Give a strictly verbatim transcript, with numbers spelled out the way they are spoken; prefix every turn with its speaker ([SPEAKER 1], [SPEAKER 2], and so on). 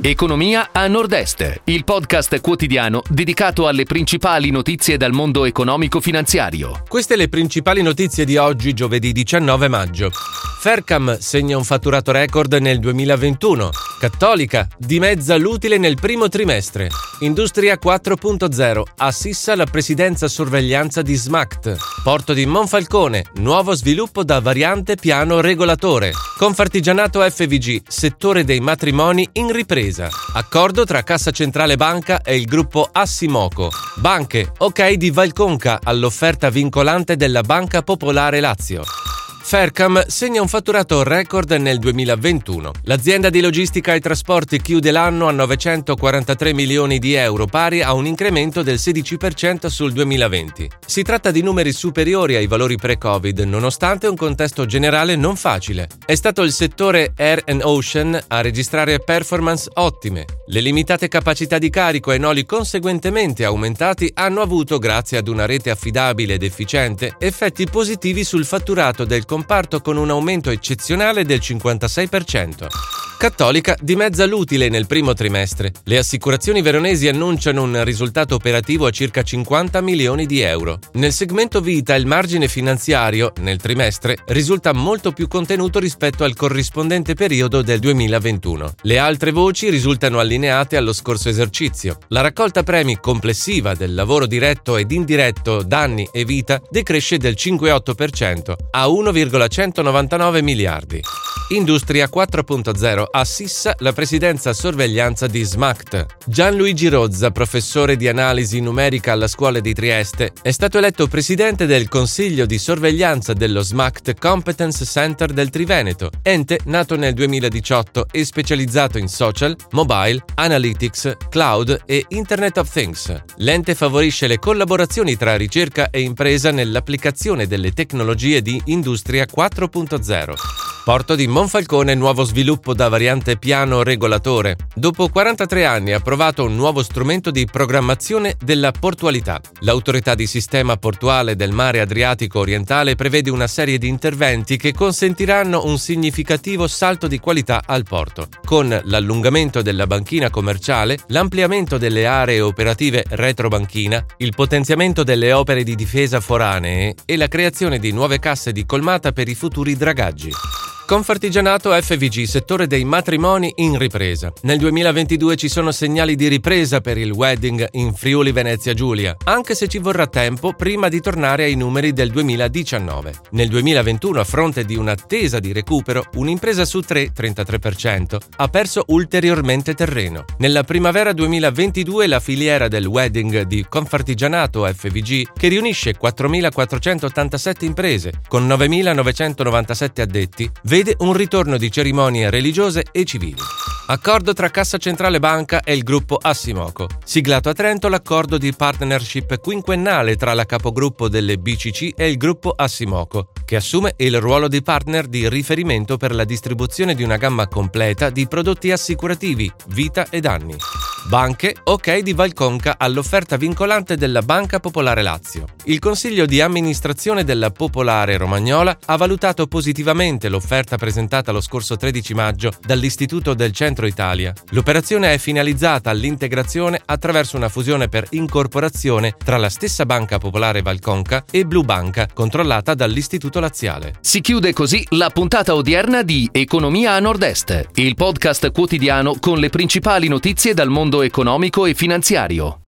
[SPEAKER 1] Economia a Nord-Est, il podcast quotidiano dedicato alle principali notizie dal mondo economico-finanziario.
[SPEAKER 2] Queste le principali notizie di oggi, giovedì diciannove maggio. Fercam segna un fatturato record nel duemilaventuno. Cattolica dimezza l'utile nel primo trimestre. Industria quattro punto zero assissa la presidenza sorveglianza di SMACT. Porto di Monfalcone, nuovo sviluppo da variante piano regolatore. Confartigianato F V G, settore dei matrimoni in ripresa. Accordo tra Cassa Centrale Banca e il gruppo Assimoco. Banche, ok di Valconca all'offerta vincolante della Banca Popolare Lazio. Fercam segna un fatturato record nel duemilaventuno. L'azienda di logistica e trasporti chiude l'anno a novecentoquarantatré milioni di euro, pari a un incremento del sedici per cento sul duemilaventi. Si tratta di numeri superiori ai valori pre-Covid, nonostante un contesto generale non facile. È stato il settore Air and Ocean a registrare performance ottime. Le limitate capacità di carico e noli conseguentemente aumentati hanno avuto, grazie ad una rete affidabile ed efficiente, effetti positivi sul fatturato del comparto con un aumento eccezionale del cinquantasei per cento. Cattolica dimezza l'utile nel primo trimestre. Le assicurazioni veronesi annunciano un risultato operativo a circa cinquanta milioni di euro. Nel segmento vita il margine finanziario, nel trimestre, risulta molto più contenuto rispetto al corrispondente periodo del duemilaventuno. Le altre voci risultano allineate allo scorso esercizio. La raccolta premi complessiva del lavoro diretto ed indiretto danni e vita decresce del cinque virgola otto per cento a uno virgola centonovantanove miliardi. Industria quattro punto zero assissa la presidenza sorveglianza di SMACT. Gianluigi Rozza, professore di analisi numerica alla Scuola di Trieste, è stato eletto presidente del Consiglio di sorveglianza dello SMACT Competence Center del Triveneto, ente nato nel duemiladiciotto e specializzato in social, mobile, analytics, cloud e Internet of Things. L'ente favorisce le collaborazioni tra ricerca e impresa nell'applicazione delle tecnologie di Industria quattro punto zero. Porto di Monfalcone, nuovo sviluppo da variante piano regolatore. Dopo quarantatré anni ha approvato un nuovo strumento di programmazione della portualità. L'autorità di sistema portuale del mare Adriatico orientale prevede una serie di interventi che consentiranno un significativo salto di qualità al porto, con l'allungamento della banchina commerciale, l'ampliamento delle aree operative retrobanchina, il potenziamento delle opere di difesa foranee e la creazione di nuove casse di colmata per i futuri dragaggi. Confartigianato F V G, settore dei matrimoni in ripresa. Nel duemilaventidue ci sono segnali di ripresa per il wedding in Friuli Venezia Giulia, anche se ci vorrà tempo prima di tornare ai numeri del duemiladiciannove. Nel duemilaventuno, a fronte di un'attesa di recupero, un'impresa su tre, trentatré per cento, ha perso ulteriormente terreno. Nella primavera duemilaventidue la filiera del wedding di Confartigianato F V G, che riunisce quattromilaquattrocentottantasette imprese con novemilanovecentonovantasette addetti, vede un ritorno di cerimonie religiose e civili. Accordo tra Cassa Centrale Banca e il gruppo Assimoco. Siglato a Trento l'accordo di partnership quinquennale tra la capogruppo delle B C C e il gruppo Assimoco, che assume il ruolo di partner di riferimento per la distribuzione di una gamma completa di prodotti assicurativi, vita e danni. Banche, ok di Valconca all'offerta vincolante della Banca Popolare Lazio. Il Consiglio di amministrazione della Popolare Romagnola ha valutato positivamente l'offerta presentata lo scorso tredici maggio dall'Istituto del Centro Italia. L'operazione è finalizzata all'integrazione attraverso una fusione per incorporazione tra la stessa Banca Popolare Valconca e Blu Banca, controllata dall'Istituto Laziale.
[SPEAKER 1] Si chiude così la puntata odierna di Economia a Nord-Est, il podcast quotidiano con le principali notizie dal mondo economico e finanziario.